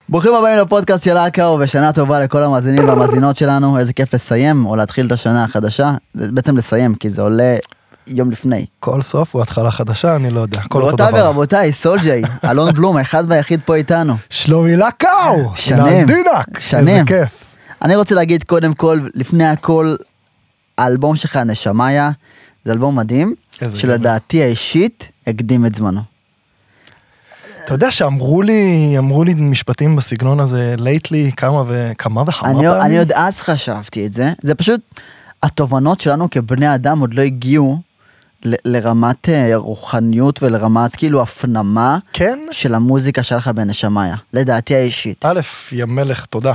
ברוכים הבאים לפודקאסט של אקאו, ושנה טובה לכל המאזינים והמאזינות שלנו. איזה כיף לסיים או להתחיל את השנה החדשה. זה בעצם לסיים, כי זה עולה יום לפני. כל סוף הוא התחלה חדשה, אני לא יודע. רבותיי ורבותיי, סולג'יי, אלון בלום, האחד והיחיד פה איתנו. שלומי לקאו! שנים. איזה כיף. אני רוצה להגיד קודם כל, לפני הכל, האלבום שלך, נשמיה, זה אלבום מדהים, שלדעתי האישית הקדים את זמנו. אתה יודע שאמרו לי משפטים בסגנון הזה, lately, כמה וכמה פעמים. אני עוד אז חשבתי את זה, זה פשוט, התובנות שלנו כבני אדם עוד לא הגיעו לרמת רוחניות ולרמת כאילו הפנמה כן? של המוזיקה שלך בנשמיה, לדעתי האישית. א', יא מלך, תודה.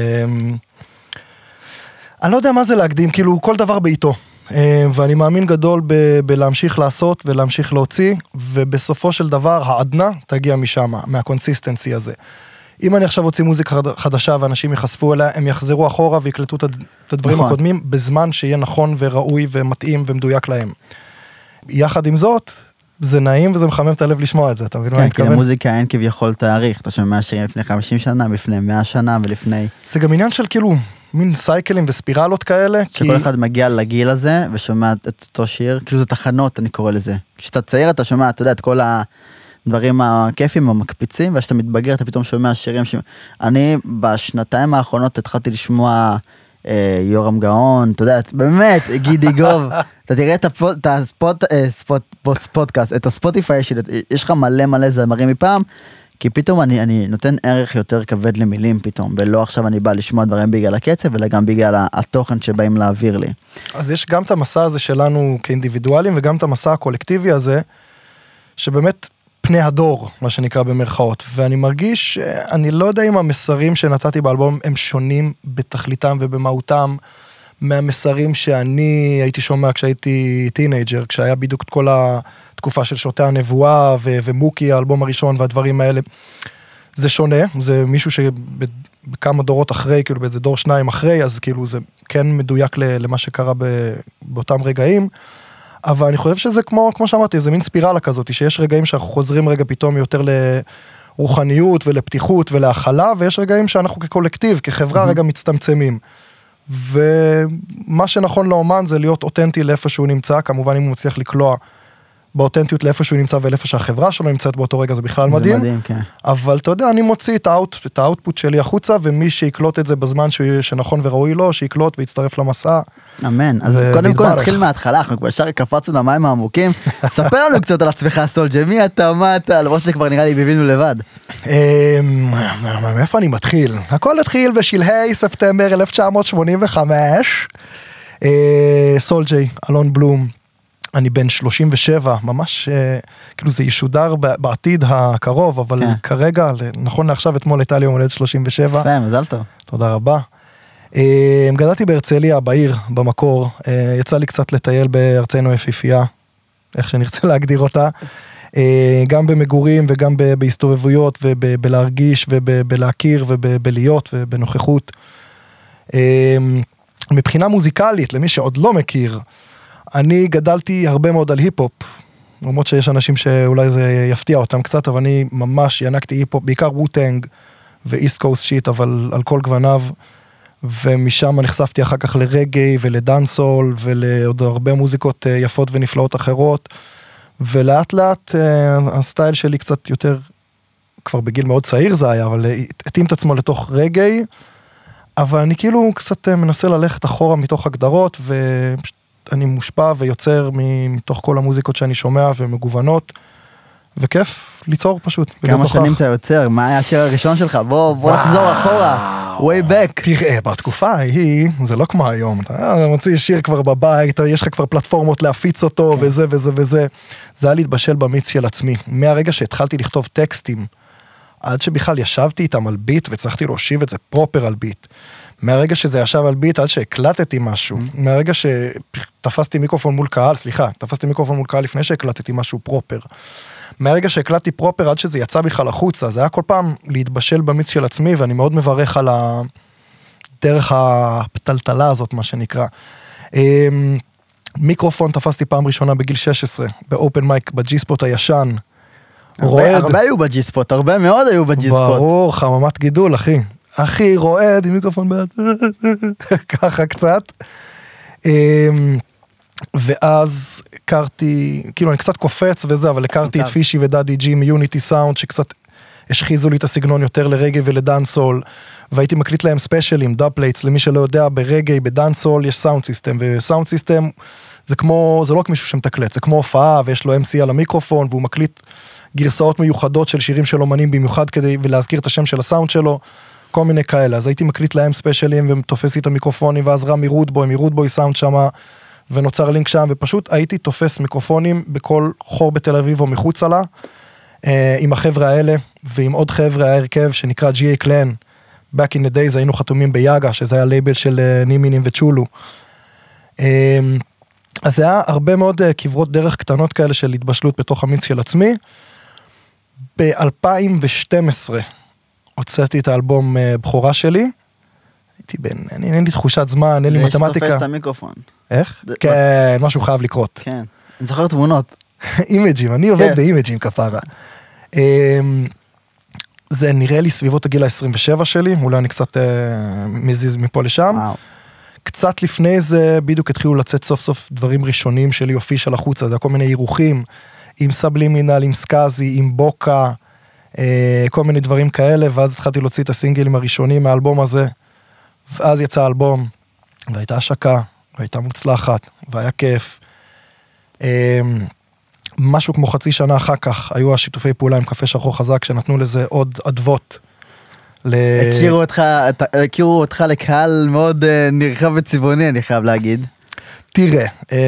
אני לא יודע מה זה להקדים, כאילו כל דבר בעיתו. ואני מאמין גדול בלהמשיך לעשות ולהמשיך להוציא, ובסופו של דבר העדנה תגיע משם, מהקונסיסטנסי הזה. אם אני עכשיו הוציא מוזיקה חדשה ואנשים יחשפו אליה, הם יחזרו אחורה ויקלטו את הדברים נכון. הקודמים, בזמן שיהיה נכון וראוי ומתאים ומדויק להם. יחד עם זאת, זה נעים וזה מחמם את הלב לשמוע את זה, אתה מבין מה אני מתכוון? כי למוזיקה אין כביכול תאריך, אתה שומע שירים לפני 50 שנה, לפני 100 שנה ולפני... זה גם עניין של כאילו, מין סייקלים וספירלות כאלה. שכל אחד מגיע לגיל הזה ושומע את אותו שיר, כאילו זה תחנות אני קורא לזה. כשאתה צעיר אתה שומע, אתה יודע, את כל הדברים הכיפים המקפיצים, וכשאתה מתבגר אתה פתאום שומע שירים אני בשנתיים האחרונות התחלתי לשמוע יורם גאון, אתה יודע, באמת, גידי גוב, אתה תראה את הספוטיפיי שלי, יש לך מלא זמרים מפעם, כי פתאום אני נותן ערך יותר כבד למילים פתאום, ולא עכשיו אני בא לשמוע דברים בגלל הקצב, אלא גם בגלל התוכן שבאים להעביר לי. אז יש גם את המסע הזה שלנו כאינדיבידואלים, וגם את המסע הקולקטיבי הזה, שבאמת פני הדור, מה שנקרא במרכאות, ואני מרגיש, אני לא יודע אם המסרים שנתתי באלבום, הם שונים בתכליתם ובמהותם, מהמסרים שאני הייתי שומע כשהייתי טינאג'ר, כשהיה בדיוק את כל התקופה של שוטי הנבואה ומוקי, האלבום הראשון והדברים האלה. זה שונה, זה מישהו שבכמה דורות אחרי, כאילו באיזה דור שניים אחרי, אז כאילו זה כן מדויק למה שקרה באותם רגעים, אבל אני חושב שזה כמו שאמרתי, זה מין ספירלה כזאת, שיש רגעים שאנחנו חוזרים רגע פתאום יותר לרוחניות ולפתיחות ולהכלה, ויש רגעים שאנחנו כקולקטיב, כחברה רגע מצטמצמים. ומה שנכון לאומן זה להיות אותנטי לאיפה שהוא נמצא, כמובן אם הוא מצליח לקלוע באותנטיות לאיפה שהוא נמצא ולאיפה שהחברה שלו נמצאת באותו רגע, זה בכלל מדהים. זה מדהים, כן. אבל אתה יודע, אני מוציא את האוטפוט שלי החוצה, ומי שיקלוט את זה בזמן שנכון וראוי לו, שיקלוט ויצטרף למסע. אמן. אז קודם כל נתחיל מההתחלה, אנחנו כבר ישר קפצנו למים העמוקים. ספר לנו קצת על עצמך, סולג'ה, מי אתה, מה אתה, למרות שכבר נראה לי ביבינו לבד. מאיפה אני מתחיל? הכל התחיל בשלהי ספטמבר 1985. סולג'ה, אלון בלום. אני בן 37, ממש, כאילו זה ישודר בעתיד הקרוב, אבל כרגע, נכון לעכשיו, אתמול הייתה לי יום הולדת 37. יפה, מזל טוב. תודה רבה. גדלתי בהרצליה, בעיר, במקור, יצא לי קצת לטייל בארצנו היפיפייה, איך שנרצה להגדיר אותה, גם במגורים וגם בהסתובבויות, ובלהרגיש ובלהכיר ובלהיות ובנוכחות. מבחינה מוזיקלית, למי שעוד לא מכיר, אני גדלתי הרבה מאוד על היפ-הופ, למרות שיש אנשים שאולי זה יפתיע אותם קצת, אבל אני ממש ינקתי היפ-הופ, בעיקר ווטנג ואיסט קוסט שיט, אבל על כל גווניו, ומשם נחשפתי אחר כך לרגעי ולדאנסול, ולעוד הרבה מוזיקות יפות ונפלאות אחרות, ולאט לאט הסטייל שלי קצת יותר, כבר בגיל מאוד צעיר זה היה, אבל התאים את עצמו לתוך רגעי, אבל אני כאילו קצת מנסה ללכת אחורה מתוך הגדרות, אני מושפע ויוצר מתוך כל המוזיקות שאני שומע ומגוונות, וכיף ליצור פשוט. כמה שנים אתה יוצר? מה היה השיר הראשון שלך? בוא נחזור אחורה, way back. תראה, בתקופה ההיא, זה לא כמו היום, אתה מוציא שיר כבר בבית, יש לך כבר פלטפורמות להפיץ אותו, וזה וזה וזה. זה היה להתבשל במיץ של עצמי. מהרגע שהתחלתי לכתוב טקסטים, עד שבכלל ישבתי איתם על ביט, וצריכתי להושיב את זה פרופר על ביט. מהרגע שזה ישב על ביט, עד שהקלטתי משהו, מהרגע שתפסתי מיקרופון מול קהל, תפסתי מיקרופון מול קהל לפני שהקלטתי משהו פרופר. מהרגע שהקלטתי פרופר, עד שזה יצא בכלל החוצה, זה היה כל פעם להתבשל במיץ של עצמי, ואני מאוד מברך על הדרך הפטלטלה הזאת, מה שנקרא. מיקרופון תפסתי פעם ראשונה בגיל 16, באופן מייק, בג'י ספוט הישן, רועד. הרבה היו בג'י ספוט, הרבה מאוד היו בג'י ספוט. ברור, חממת גידול, אחי רועד עם מיקרופון ביד, ככה קצת. ואז הכרתי, כאילו אני קצת קופץ וזה, אבל הכרתי את פישי ודאדי ג'י מיוניטי סאונד, שקצת השחיזו לי את הסגנון יותר לרגי ולדאנסול, והייתי מקליט להם ספיישלים, דאב פלייטס, למי שלא יודע, ברגי, בדאנסול יש סאונד סיסטם, וסאונד סיסטם זה כמו, זה לא רק מישהו שמתקלט, זה כמו הופעה, ויש לו MC על המיקרופון, והוא מקליט גרסאות מיוחדות של שירים של אומנים במיוחד כדי, ולהזכיר את השם של הסאונד שלו, כל מיני כאלה. אז הייתי מקליט להם ספיישלים, ותופס את המיקרופונים, ואז רמי רודבוי סאונד שמה, ונוצר לינק שם, ופשוט הייתי תופס מיקרופונים בכל חור בתל אביב או מחוץ לה, עם החבר'ה האלה, ועם עוד חבר'ה ההרכב שנקרא GA Clan, back in the days היינו חתומים ביאגה, שזה היה לייבל של נימינים וצ'ולו. אז זה היה הרבה מאוד כברות דרך קטנות כאלה של התבשלות בתוך המיץ של עצמי. ב-2012 הוצאתי את האלבום בכורה שלי, הייתי אין לי תחושת זמן, אין לי מתמטיקה. ושתופס את המיקרופון. איך? כן, משהו חייב לקרות. כן, אני זוכר תמונות. אימג'ים, אני עובד באימג'ים כפרה. זה נראה לי סביבות הגיל ה-27 שלי, אולי אני קצת מזיז מפה לשם. קצת לפני זה, בדיוק התחילו לצאת סוף סוף דברים ראשונים שלי, אופי של החוצה, זה כל מיני אירוחים, עם סבלימינל, עם סקאזי, עם בוקה, כל מיני דברים כאלה, ואז התחלתי להוציא את הסינגלים הראשונים מהאלבום הזה, ואז יצא האלבום, והייתה השקה, והייתה מוצלחת, והיה כיף. משהו כמו חצי שנה אחר כך, היו השיתופי פעולה עם קפה שחור חזק, שנתנו לזה עוד אדוות. הכירו אותך לקהל מאוד נרחב וצבעוני, אני חייב להגיד. תראה,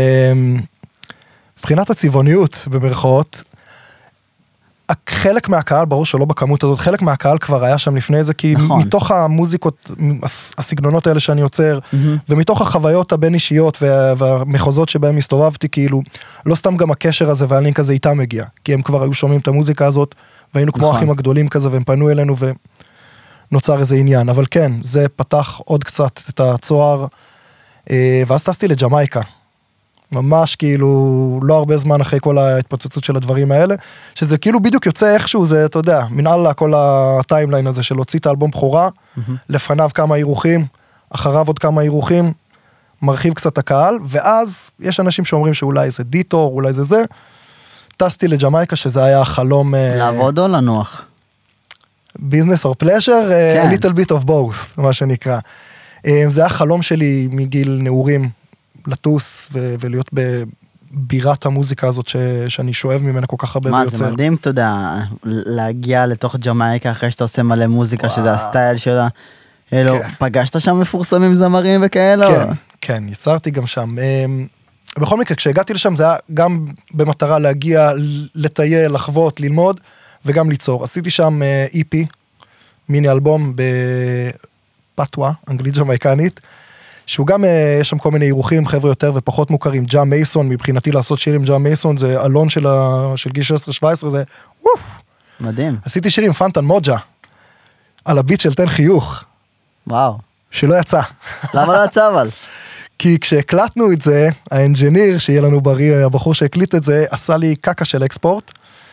מבחינת הצבעוניות, במרכאות, חלק מהקהל, ברור שלא בכמות הזאת, חלק מהקהל כבר היה שם לפני זה, כי מתוך המוזיקות, הסגנונות האלה שאני יוצר, ומתוך החוויות הבין אישיות והמחוזות שבהם הסתובבתי, כאילו, לא סתם גם הקשר הזה והלינק הזה איתם מגיע, כי הם כבר היו שומעים את המוזיקה הזאת, והיינו כמו אחים הגדולים כזה, והם פנו אלינו ונוצר איזה עניין, אבל כן, זה פתח עוד קצת את הצוהר, ואז טסתי לג'מייקה, ממש כאילו לא הרבה זמן אחרי כל ההתפוצצות של הדברים האלה, שזה כאילו בדיוק יוצא איכשהו, זה אתה יודע, מנהל כל הטיימליין הזה של להוציא את האלבום בכורה, לפניו כמה אירוחים, אחריו עוד כמה אירוחים, מרחיב קצת הקהל, ואז יש אנשים שאומרים שאולי זה דיטור, אולי זה, טסתי לג'מייקה שזה היה החלום... לעבוד או לנוח? ביזנס או פלשר, a little bit of both, מה שנקרא. זה היה חלום שלי מגיל נעורים, לטוס ולהיות בבירת המוזיקה הזאת שאני שואב ממנה כל כך הרבה ויוצר. מה, זה מדהים, אתה יודע, להגיע לתוך ג'מייקה אחרי שאתה עושה מלא מוזיקה, שזה הסטייל שלה. פגשת שם מפורסמים זמרים וכאלה? כן, יצרתי גם שם. בכל מקרה, כשהגעתי לשם זה היה גם במטרה להגיע, לטייל, לחוות, ללמוד, וגם ליצור. עשיתי שם EP, מיני אלבום בפטווה, אנגלית ג'מייקנית, שהוא גם, יש שם כל מיני אירוחים, חבר'ה יותר ופחות מוכרים, ג'אם מייסון, מבחינתי לעשות שיר עם ג'אם מייסון, זה אלון של גיל 16-17, זה וואו. מדהים. עשיתי שיר עם פנטן מוג'ה, על הביט של תן חיוך. וואו. שלא יצא. למה לא יצא אבל? כי כשהקלטנו את זה, האנג'יניר, שיהיה לנו בריא, הבחור שהקליט את זה, עשה לי קקה של אקספורט,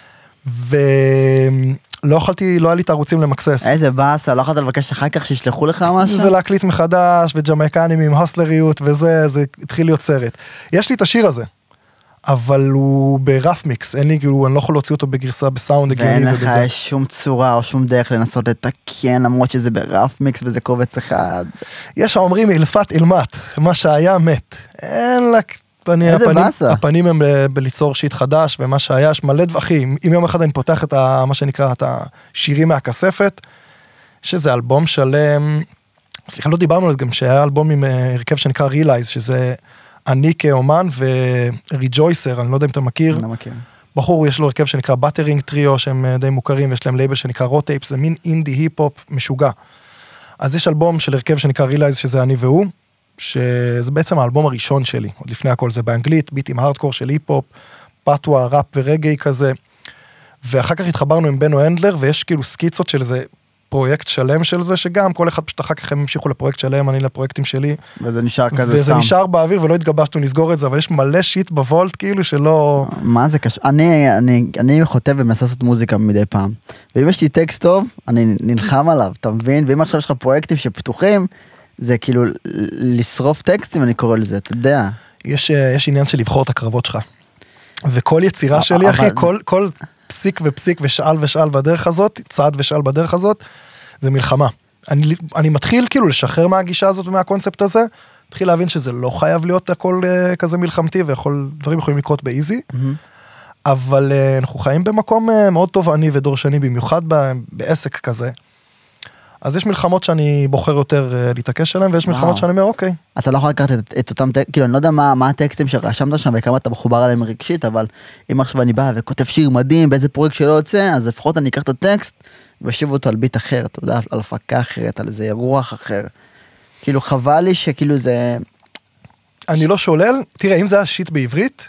לא יכולתי, לא היה לי את הערוצים למקסס. איזה באסה, לא יכולת לבקש אחר כך שישלחו לך משהו? זה להקליט מחדש, וג'מייקנים עם הסלריות וזה, זה התחיל להיות סרט. יש לי את השיר הזה, אבל הוא ברף מיקס, אין לי, כאילו, אני לא יכול להוציא אותו בגרסה בסאונד הגיוני ובזה. ואין לך שום צורה או שום דרך לנסות לתקן, למרות שזה ברף מיקס וזה קובץ אחד. יש האומרים אילפת אילמת, מה שהיה מת. אין לה... הפנים הם בליצור שיט חדש, ומה שהיה, יש מלא דבכים. אם יום אחד אני פותח את מה שנקרא, את השירים מהכספת, שזה אלבום שלם, סליחה, לא דיברנו על זה גם, שהיה אלבום עם הרכב שנקרא Realize, שזה אני כאומן וריג'ויסר, אני לא יודע אם אתה מכיר. לא מכיר. בחור, יש לו הרכב שנקרא בטרינג טריו, שהם די מוכרים, ויש להם לייבל שנקרא רוטייפ, זה מין אינדי היפ-הופ משוגע. אז יש אלבום של הרכב שנקרא Realize, שזה אני והוא, שזה בעצם האלבום הראשון שלי, עוד לפני הכל זה באנגלית, ביט עם הארדקור של היפ-הופ, פטווה, ראפ ורגעי כזה, ואחר כך התחברנו עם בנו הנדלר, ויש כאילו סקיצות של איזה פרויקט שלם של זה, שגם כל אחד פשוט אחר כך הם המשיכו לפרויקט שלם, אני לפרויקטים שלי. וזה נשאר כזה סתם. וזה נשאר באוויר ולא התגבשנו לסגור את זה, אבל יש מלא שיט בוולט כאילו שלא... מה זה קשור? אני חוטב ומנסה לעשות מוזיקה מדי פעם. ואם יש לי טקסט טוב, אני נלחם עליו, אתה מבין? ואם עכשיו יש לך פרויקטים שפתוחים, זה כאילו לשרוף טקסטים, אני קורא לזה, אתה יודע. יש עניין של לבחור את הקרבות שלך. וכל יצירה שלי, אחי, כל פסיק ופסיק ושאל ושאל בדרך הזאת, צעד ושאל בדרך הזאת, זה מלחמה. אני מתחיל כאילו לשחרר מהגישה הזאת ומהקונספט הזה, מתחיל להבין שזה לא חייב להיות הכל כזה מלחמתי, ודברים יכולים לקרות באיזי, אבל אנחנו חיים במקום מאוד תובעני ודורשני, במיוחד בעסק כזה. אז יש מלחמות שאני בוחר יותר להתעקש עליהן, ויש מלחמות שאני אומר, אוקיי. אתה לא יכול לקחת את אותם, כאילו, אני לא יודע מה הטקסטים שרשמת שם, וכמה אתה מחובר עליהם רגשית, אבל אם עכשיו אני בא וכותב שיר מדהים, באיזה פרויקט שלא יוצא, אז לפחות אני אקח את הטקסט, ואשיב אותו על ביט אחר, אתה יודע, על הפקה אחרת, על איזה אירוח אחר. כאילו, חבל לי שכאילו זה... אני לא שולל, תראה, אם זה היה שיט בעברית,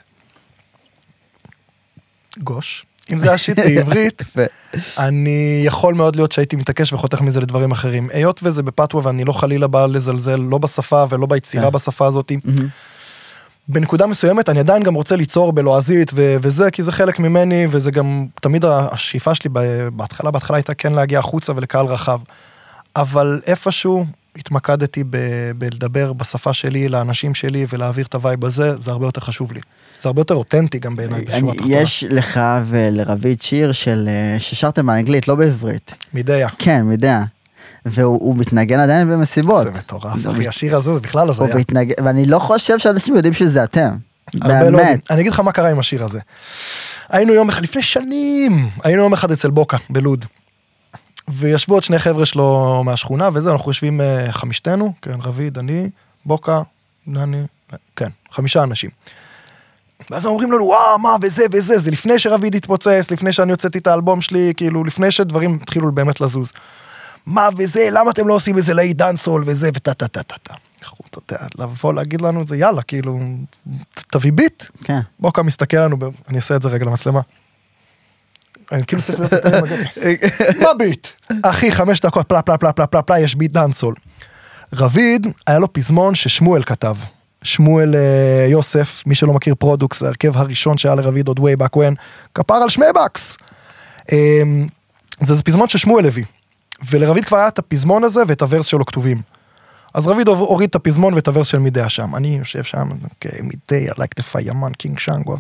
גוש, אם זה היה שיט בעברית, אני יכול מאוד להיות שהייתי מתעקש וחותך מזה לדברים אחרים. היות וזה בפתווה, ואני לא חלילה בא לזלזל, לא בשפה ולא ביצירה בשפה הזאת. בנקודה מסוימת, אני עדיין גם רוצה ליצור בלועזית וזה, כי זה חלק ממני, וזה גם תמיד השאיפה שלי בהתחלה הייתה כן להגיע החוצה ולקהל רחב. אבל איפשהו התמקדתי בלדבר בשפה שלי, לאנשים שלי, ולהעביר את הווייב הזה, זה הרבה יותר חשוב לי. זה הרבה יותר אותנטי גם בעיניי. יש לך ולרביד שיר ששרתם באנגלית, לא בעברית. מידיה. כן, מידיה. והוא מתנגן עדיין במסיבות. זה מטורף, אחי, השיר הזה, זה בכלל הזיה. ואני לא חושב שאנשים יודעים שזה אתם. באמת. אני אגיד לך מה קרה עם השיר הזה. היינו יום אחד, לפני שנים, היינו יום אחד אצל בוקה, בלוד. וישבו עוד שני חבר'ה שלו מהשכונה, וזה, אנחנו יושבים חמישתנו, כן, רביד, אני, בוקה, דני, כן, 5 אנשים. ואז אומרים לנו, וואו, מה, וזה, וזה, זה לפני שרביד התפוצץ, לפני שאני יוצאתי את האלבום שלי, כאילו, לפני שדברים התחילו באמת לזוז. מה וזה, למה אתם לא עושים איזה לאי דאנסול וזה, וטה-טה-טה-טה. אתה יודע, לבוא להגיד לנו את זה, יאללה, כאילו, תביא ביט. כן. בוקה מסתכל לנו, אני אעשה את זה רגע למצלמה. אני כאילו צריך להיות יותר מגן. מה ביט? אחי, 5 דקות, פלה, פלה, פלה, פלה, פלה, פלה, יש ביט דאנסול. רביד, היה לו פזמון ששמואל כתב. שמואל יוסף, מי שלא מכיר פרודוקס, הרכב הראשון שהיה לרביד עוד way back when, כפר על שמבקס. זה פזמון ששמואל הביא. ולרביד כבר היה את הפזמון הזה ואת הוורס שלו כתובים. אז רביד הוריד את הפזמון ואת הוורס של מידיה שם. אני יושב שם, מידיה, like the fireman, king shango,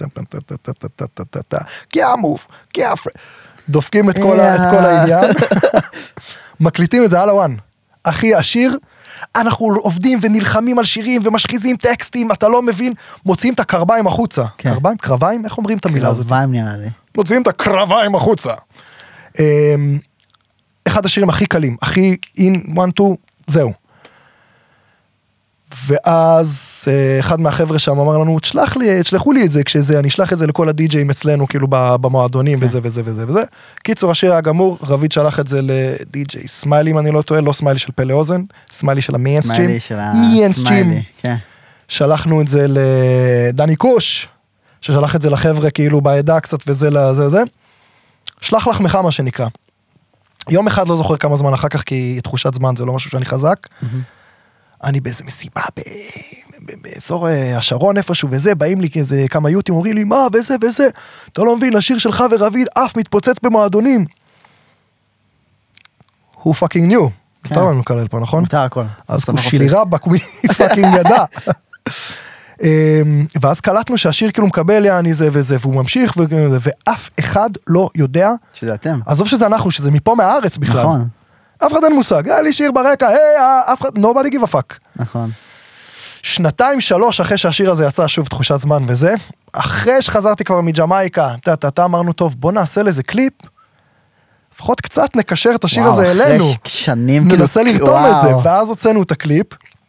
גאה מוב, גאה פרד. דופקים את כל העניין. מקליטים את זה על הוואן. אחי, השיר, אנחנו עובדים ונלחמים על שירים ומשחיזים טקסטים, אתה לא מבין, מוציאים את הקרביים החוצה. קרביים? איך אומרים את המילה הזאת? קרביים נראה לי. מוציאים את הקרביים החוצה. אחד השירים הכי קלים, הכי in, 1, 2, זהו. ואז אחד מהחבר'ה שם אמר לנו, תשלחו לי את זה, כשזה, אני אשלח את זה לכל הדי-ג'אים אצלנו, כאילו במועדונים וזה וזה וזה וזה. קיצור, השיר היה גמור, רביד שלח את זה לדי-ג'יי סמיילי, אם אני לא טועה, לא סמיילי של פלא אוזן, סמיילי של המיינסטרים. מיינסטרים. שלחנו את זה לדני קוש, ששלח את זה לחבר'ה כאילו בעדה קצת וזה לזה. שלח לחמך מה שנקרא. יום אחד לא זוכר כמה זמן אחר כך, כי תחושת זמן זה לא משהו שאני חזק. אני באיזה מסיבה באזור השרון איפשהו וזה, באים לי כזה כמה יוטים, אומרים לי, מה וזה וזה, אתה לא מבין, השיר שלך ורביד אף מתפוצץ במועדונים. הוא פאקינג ניו. מותר לנו לקלל פה, נכון? מותר הכל. אז הוא שילי רבק, מי פאקינג ידע. ואז קלטנו שהשיר כאילו מקבל יעני זה וזה, והוא ממשיך, ואף אחד לא יודע. שזה אתם. עזוב שזה אנחנו, שזה מפה מהארץ בכלל. נכון. אף אחד אין מושג, היה לי שיר ברקע, אף אחד, nobody give a fuck. נכון. 2-3 אחרי שהשיר הזה יצא, שוב תחושת זמן וזה, אחרי שחזרתי כבר מג'מייקה, אמרנו, טוב, בוא נעשה לזה קליפ, לפחות קצת נקשר את השיר הזה אלינו. אחרי שנים, ננסה לרתום את זה, ואז הוצאנו את הקליפ,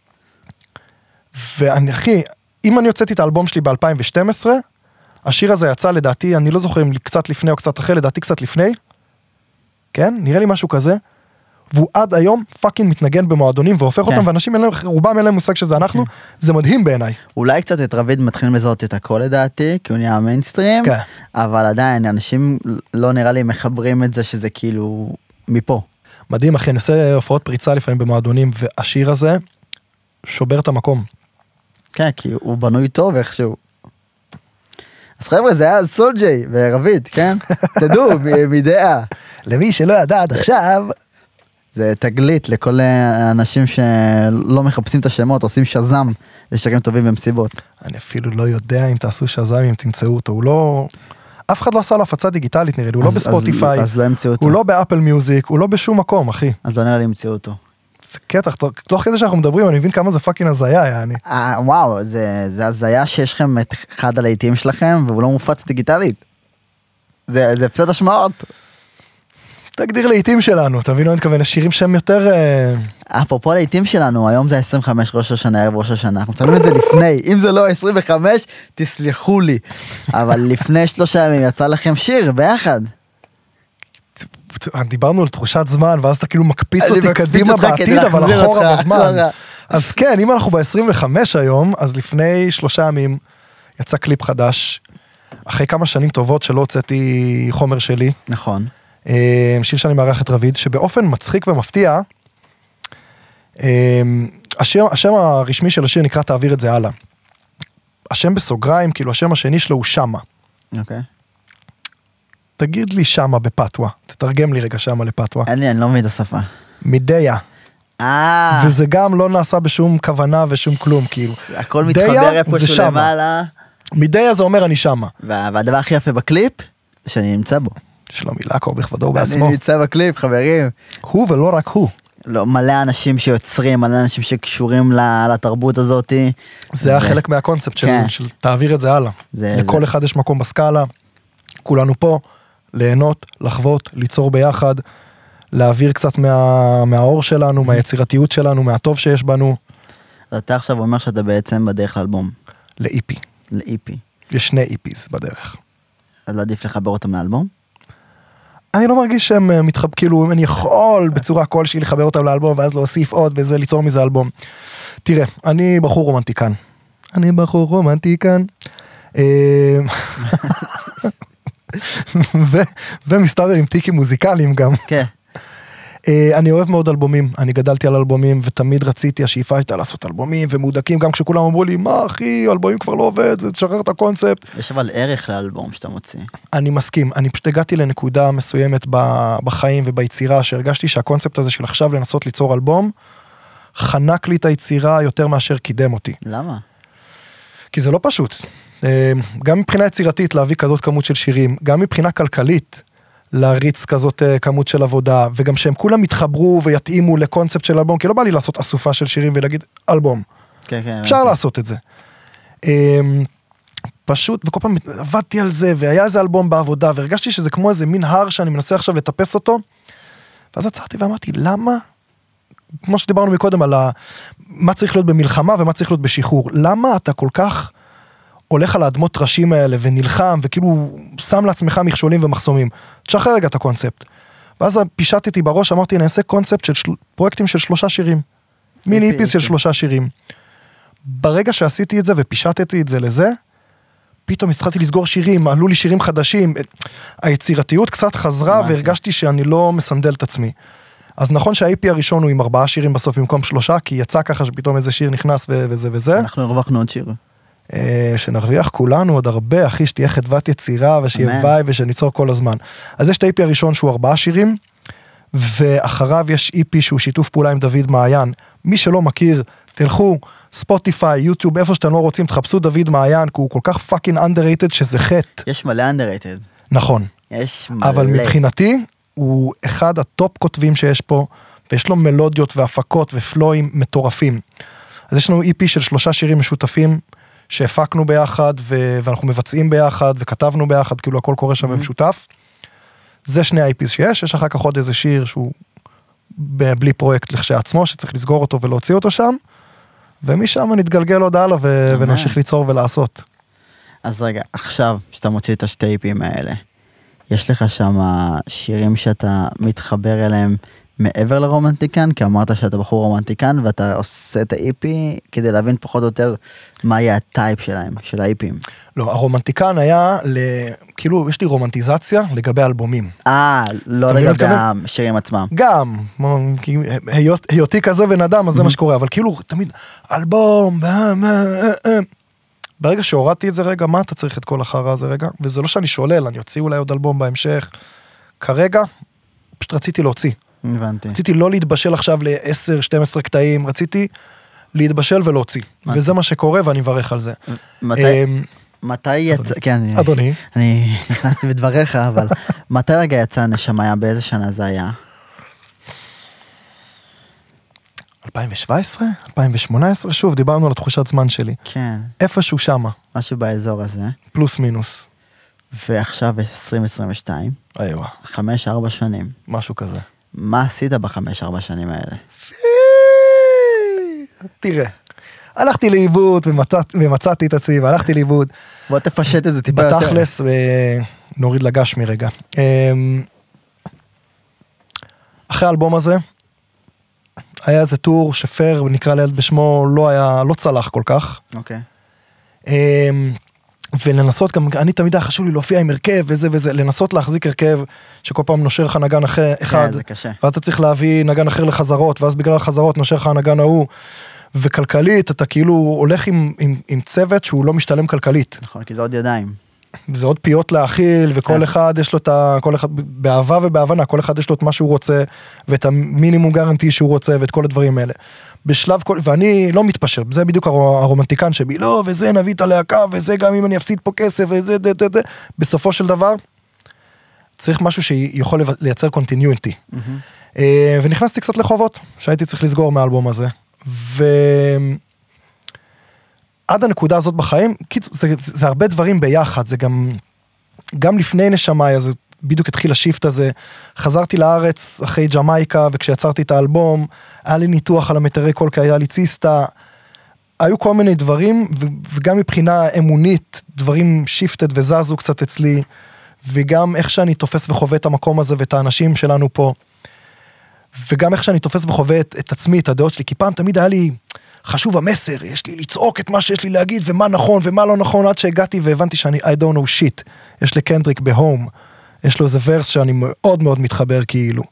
ואני, אחי, אם אני הוצאתי את האלבום שלי ב-2012, השיר הזה יצא לדעתי, אני לא זוכר אם קצת לפני או קצת אחרי, לדעתי קצת לפני, כן? נראה לי משהו כזה, והוא עד היום פאקינג מתנגן במועדונים והופך אותם, ואנשים רובם אין להם מושג שזה אנחנו, זה מדהים בעיניי. אולי קצת את רביד מתחילים לזהות את הכל לדעתי, כי הוא נהיה המיינסטרים, אבל עדיין אנשים לא נראה לי מחברים את זה שזה כאילו מפה. מדהים, אחי, אני עושה הופעות פריצה לפעמים במועדונים, והשיר הזה שובר את המקום. כן, כי הוא בנוי טוב איכשהו. אז חבר'ה, זה היה סולג'יי ורבית, כן? תדעו, מדעה. למי שלא ידע עד עכשיו. זה תגלית לכל האנשים שלא מחפשים את השמות, עושים שזם לשירים טובים במסיבות. אני אפילו לא יודע אם תעשו שזם, אם תמצאו אותו, הוא לא... אף אחד לא עשה לו הפצה דיגיטלית נראה לי, הוא לא בספוטיפיי, אז לא ימצאו אותו. הוא לא באפל מיוזיק, הוא לא בשום מקום, אחי. אז לא נראה לי ימצאו אותו. זה קטע, תוך כדי שאנחנו מדברים, אני מבין כמה זה פאקינג הזיה, יעני. וואו, זה הזיה שיש לכם את אחד הלהיטים שלכם, והוא לא מופץ דיגיטלית. זה הפסד השמעות. תגדיר לעיתים שלנו, תבינו, אני מתכוון, השירים שהם יותר... אפרופו לעיתים שלנו, היום זה 25 ראש השנה, ערב ראש השנה, אנחנו מצלמים את זה לפני, אם זה לא 25, תסלחו לי, אבל לפני 3 ימים יצא לכם שיר ביחד. דיברנו על תחושת זמן, ואז אתה כאילו מקפיץ אותי קדימה בעתיד, אבל אחורה בזמן. אז כן, אם אנחנו ב-25 היום, אז לפני 3 ימים יצא קליפ חדש, אחרי כמה שנים טובות שלא הוצאתי חומר שלי. נכון. שיר שאני מארח את רביד, שבאופן מצחיק ומפתיע, השם הרשמי של השיר נקרא תעביר את זה הלאה. השם בסוגריים, כאילו השם השני שלו הוא שמה. אוקיי. תגיד לי שמה בפתווה, תתרגם לי רגע שמה לפתווה. אין לי, אני לא מבין את השפה. מדיה. וזה גם לא נעשה בשום כוונה ושום כלום, כאילו. הכל מתחבר איפשהו למעלה. מדיה זה אומר אני שמה. והדבר הכי יפה בקליפ, זה שאני נמצא בו. שלומי לקור בכבודו בעצמו. אני נמצא בקליפ, חברים. הוא ולא רק הוא. לא, מלא אנשים שיוצרים, מלא אנשים שקשורים לתרבות הזאת. זה היה חלק מהקונספט של תעביר את זה הלאה. לכל אחד יש מקום בסקאלה, כולנו פה, ליהנות, לחוות, ליצור ביחד, להעביר קצת מהאור שלנו, מהיצירתיות שלנו, מהטוב שיש בנו. אתה עכשיו אומר שאתה בעצם בדרך לאלבום. לאיפי. לאיפי. יש 2 איפיז בדרך. אז לא עדיף לחבר אותם לאלבום? אני לא מרגיש שהם מתחבקים, כאילו אני יכול בצורה כלשהי לחבר אותם לאלבום, ואז להוסיף עוד וזה, ליצור מזה אלבום. תראה, אני בחור רומנטיקן. ומסתבר עם טיקים מוזיקליים גם. כן. אני אוהב מאוד אלבומים, אני גדלתי על אלבומים, ותמיד רציתי, השאיפה הייתה לעשות אלבומים ומודקים, גם כשכולם אמרו לי, מה אחי, אלבומים כבר לא עובד, זה תשחרר את הקונספט. יש אבל ערך לאלבום שאתה מוציא. אני מסכים, אני פשוט הגעתי לנקודה מסוימת בחיים וביצירה, שהרגשתי שהקונספט הזה של עכשיו לנסות ליצור אלבום, חנק לי את היצירה יותר מאשר קידם אותי. למה? כי זה לא פשוט. גם מבחינה יצירתית להביא כזאת כמות של שירים, גם מבחינה כלכלית, להריץ כזאת כמות של עבודה, וגם שהם כולם יתחברו ויתאימו לקונספט של אלבום, כי לא בא לי לעשות אסופה של שירים ולהגיד אלבום. אפשר לעשות את זה. פשוט, וכל פעם עבדתי על זה, והיה איזה אלבום בעבודה, והרגשתי שזה כמו איזה מין הר שאני מנסה עכשיו לטפס אותו, ואז עצרתי ואמרתי, למה? כמו שדיברנו מקודם על מה צריך להיות במלחמה ומה צריך להיות בשחרור. למה אתה כל כך הולך על האדמות ראשים האלה ונלחם, וכאילו שם לעצמך מכשולים ומחסומים. תשחרר רגע את הקונספט. ואז פישטתי בראש, אמרתי, נעשה קונספט של פרויקטים של 3 שירים. מיני איפיס של 3 שירים. ברגע שעשיתי את זה ופישטתי את זה לזה, פתאום התחלתי לסגור שירים, עלו לי שירים חדשים, היצירתיות קצת חזרה והרגשתי שאני לא מסנדל את עצמי. אז נכון שה-IP הראשון הוא עם 4 שירים בסוף במקום 3, כי יצא ככה שפתאום איזה שיר נכנס וזה וזה. אנחנו הרווחנו עוד שיר. שנרוויח כולנו עוד הרבה, אחי, שתהיה חדוות יצירה ושיהיה וייב ושניצור כל הזמן. אז יש את ה-IP הראשון שהוא 4 שירים, ואחריו יש EP שהוא שיתוף פעולה עם דוד מעיין. מי שלא מכיר, תלכו, ספוטיפיי, יוטיוב, איפה שאתם לא רוצים, תחפשו דוד מעיין, כי הוא כל כך פאקינג underrated שזה חטא. יש מלא underrated. נכון. יש מלא. אבל מבחינתי, הוא אחד הטופ כותבים שיש פה, ויש לו מלודיות והפקות ופלואים מטורפים. אז יש לנו EP של 3 שירים משותפים, שהפקנו ביחד, ואנחנו מבצעים ביחד, וכתבנו ביחד, כאילו הכל קורה שם במשותף. זה 2 ה-IPs שיש, יש אחר כך עוד איזה שיר, שהוא בלי פרויקט לכשעצמו, שצריך לסגור אותו ולהוציא אותו שם, ומשם נתגלגל עוד הלאה, ונמשיך ליצור ולעשות. אז רגע, עכשיו, שאתה מוציא את 2 IPs האלה, יש לך שם שירים שאתה מתחבר אליהם מעבר לרומנטיקן, כי אמרת שאתה בחור רומנטיקן, ואתה עושה את האיפי כדי להבין פחות או יותר מה יהיה הטייפ שלהם, של האיפים. לא, הרומנטיקן היה, כאילו, יש לי רומנטיזציה לגבי אלבומים. לא לגבי השירים עצמם. גם, היותי כזה בן אדם, אז זה מה שקורה, אבל כאילו, תמיד, אלבום, ברגע שהורדתי את זה רגע, מה אתה צריך את כל החרא הזה רגע? וזה לא שאני שולל, אני אוציא אולי עוד אלבום בהמשך. כרגע, פשוט רציתי להוציא. הבנתי. רציתי לא להתבשל עכשיו ל-10-12 קטעים, רציתי להתבשל ולהוציא. וזה מה שקורה, ואני מברך על זה. מתי יצא, כן, אדוני. אני נכנסתי בדבריך, אבל מתי רגע יצא נשמיה, באיזה שנה זה היה? 2017? 2018? שוב, דיברנו על התחושת זמן שלי. כן. איפשהו שמה. משהו באזור הזה. פלוס מינוס. ועכשיו 2022. איווה. 5-4 שנים. משהו כזה. מה עשית ב5-4 שנים האלה? תראה. הלכתי לאיבוד ומצאתי את עצמי והלכתי לאיבוד. בוא תפשט את זה טיפה יותר. בתכלס, נוריד לגשמי רגע. אחרי האלבום הזה, היה איזה טור שפר, נקרא לילד בשמו, לא צלח כל כך. אוקיי. ולנסות גם, אני תמיד היה חשוב לי להופיע עם הרכב וזה וזה, לנסות להחזיק הרכב שכל פעם נושר לך נגן אחר אחד. כן, זה קשה. ואתה צריך להביא נגן אחר לחזרות, ואז בגלל החזרות נושר לך הנגן ההוא. וכלכלית, אתה כאילו הולך עם צוות שהוא לא משתלם כלכלית. נכון, כי זה עוד ידיים. זה עוד פיות להאכיל, וכל אחד יש לו את כל אחד, באהבה ובהבנה, כל אחד יש לו את מה שהוא רוצה, ואת המינימום גרנטי שהוא רוצה, ואת כל הדברים האלה. בשלב ואני לא מתפשר, זה בדיוק הרומנטיקן שבי, לא, וזה נביא את הלהקה, וזה גם אם אני אפסיד פה כסף, וזה, בסופו של דבר, צריך משהו שיכול לייצר קונטיניויטי. ונכנסתי קצת לחובות, שהייתי צריך לסגור מהאלבום הזה. עד הנקודה הזאת בחיים, זה הרבה דברים ביחד, זה גם לפני נשמיה, זה בדיוק התחיל השיפט הזה, חזרתי לארץ אחרי ג'מייקה, וכשיצרתי את האלבום, היה לי ניתוח על המטרי קול, כי היה לי ציסטה, היו כל מיני דברים, וגם מבחינה אמונית, דברים שיפטד וזזו קצת אצלי, וגם איך שאני תופס וחווה את המקום הזה, ואת האנשים שלנו פה, וגם איך שאני תופס וחווה את עצמי, את הדעות שלי, כי פעם תמיד היה לי חשוב המסר, יש לי לצעוק את מה שיש לי להגיד, ומה נכון ומה לא נכון, עד שהגעתי והבנתי שאני I don't know shit, יש לקנדריק בהום, יש לו איזה ורס שאני מאוד מאוד מתחבר כאילו.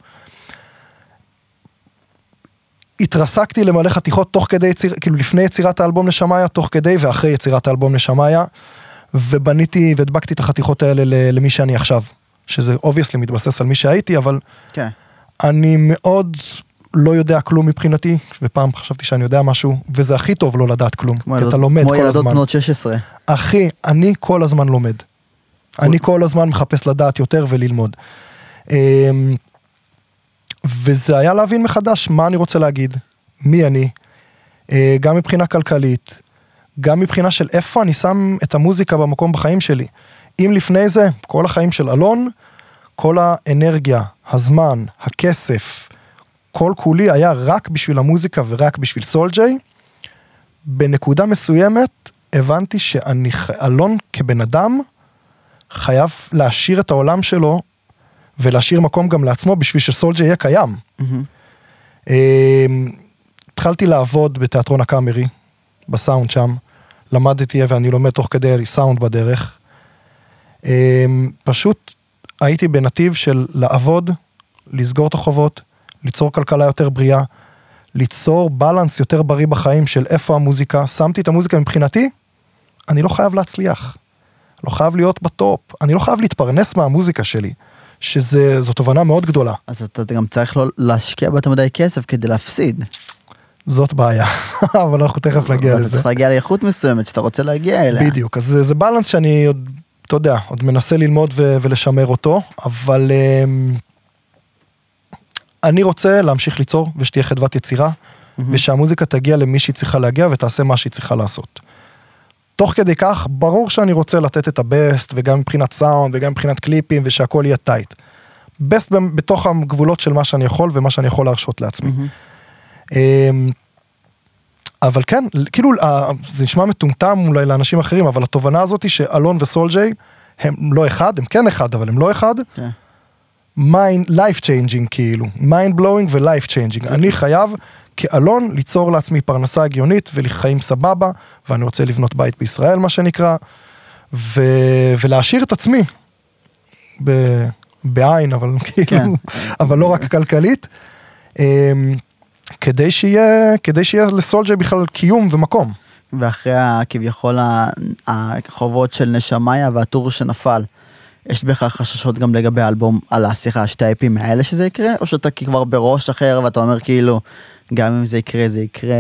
התרסקתי למלא חתיכות תוך כדי כאילו לפני יצירת האלבום נשמיה, תוך כדי ואחרי יצירת האלבום נשמיה, ובניתי והדבקתי את החתיכות האלה למי שאני עכשיו, שזה obviously מתבסס על מי שהייתי, אבל כן. אני מאוד לא יודע כלום מבחינתי, ופעם חשבתי שאני יודע משהו, וזה הכי טוב לא לדעת כלום, כי אתה לומד כל הזמן. כמו ילדות בנות 16. אחי, אני כל הזמן לומד. אני כל הזמן מחפש לדעת יותר וללמוד. וזה היה להבין מחדש מה אני רוצה להגיד, מי אני, גם מבחינה כלכלית, גם מבחינה של איפה אני שם את המוזיקה במקום בחיים שלי. אם לפני זה, כל החיים של אלון, כל האנרגיה, הזמן, הכסף, כל כולי היה רק בשביל המוזיקה ורק בשביל סולג'יי, בנקודה מסוימת הבנתי אלון כבן אדם חייב להשאיר את העולם שלו ולהשאיר מקום גם לעצמו בשביל שסולג'יי יהיה קיים. התחלתי לעבוד בתיאטרון הקאמרי, בסאונד שם, למדתי ואני לומד תוך כדי סאונד בדרך. פשוט הייתי בנתיב של לעבוד, לסגור את החובות, ליצור כלכלה יותר בריאה, ליצור בלנס יותר בריא בחיים של איפה המוזיקה, שמתי את המוזיקה מבחינתי, אני לא חייב להצליח, לא חייב להיות בטופ, אני לא חייב להתפרנס מהמוזיקה שלי, שזו תובנה מאוד גדולה. אז אתה גם צריך לא להשקיע בה מדי כסף כדי להפסיד. זאת בעיה, אבל אנחנו תכף נגיע לזה. אתה צריך להגיע לאיכות מסוימת שאתה רוצה להגיע אליה. בדיוק, אז זה בלנס שאני עוד, אתה יודע, עוד מנסה ללמוד ולשמר אותו, אבל אני רוצה להמשיך ליצור ושתהיה חדוות יצירה, ושהמוזיקה תגיע למי שהיא צריכה להגיע ותעשה מה שהיא צריכה לעשות. תוך כדי כך, ברור שאני רוצה לתת את הבסט, וגם מבחינת סאונד, וגם מבחינת קליפים, ושהכל יהיה טייט. בסט בתוך הגבולות של מה שאני יכול, ומה שאני יכול להרשות לעצמי. אבל כן, כאילו, זה נשמע מטומטם אולי לאנשים אחרים, אבל התובנה הזאת היא שאלון וסולג'יי, הם לא אחד, הם כן אחד, אבל הם לא אחד, life changing כאילו, mind blowing ו-life changing. אני חייב כאלון ליצור לעצמי פרנסה הגיונית ולחיים סבבה, ואני רוצה לבנות בית בישראל, מה שנקרא, ולהשאיר את עצמי, בעין, אבל כאילו, אבל לא רק כלכלית, כדי שיהיה לסולג'יי בכלל קיום ומקום. ואחרי כביכול החובות של נשמיה והטור שנפל, יש בכלל חששות גם לגבי האלבום, שתי האפים האלה שזה יקרה, או שאתה כבר בראש אחר ואתה אומר כאילו, גם אם זה יקרה, זה יקרה.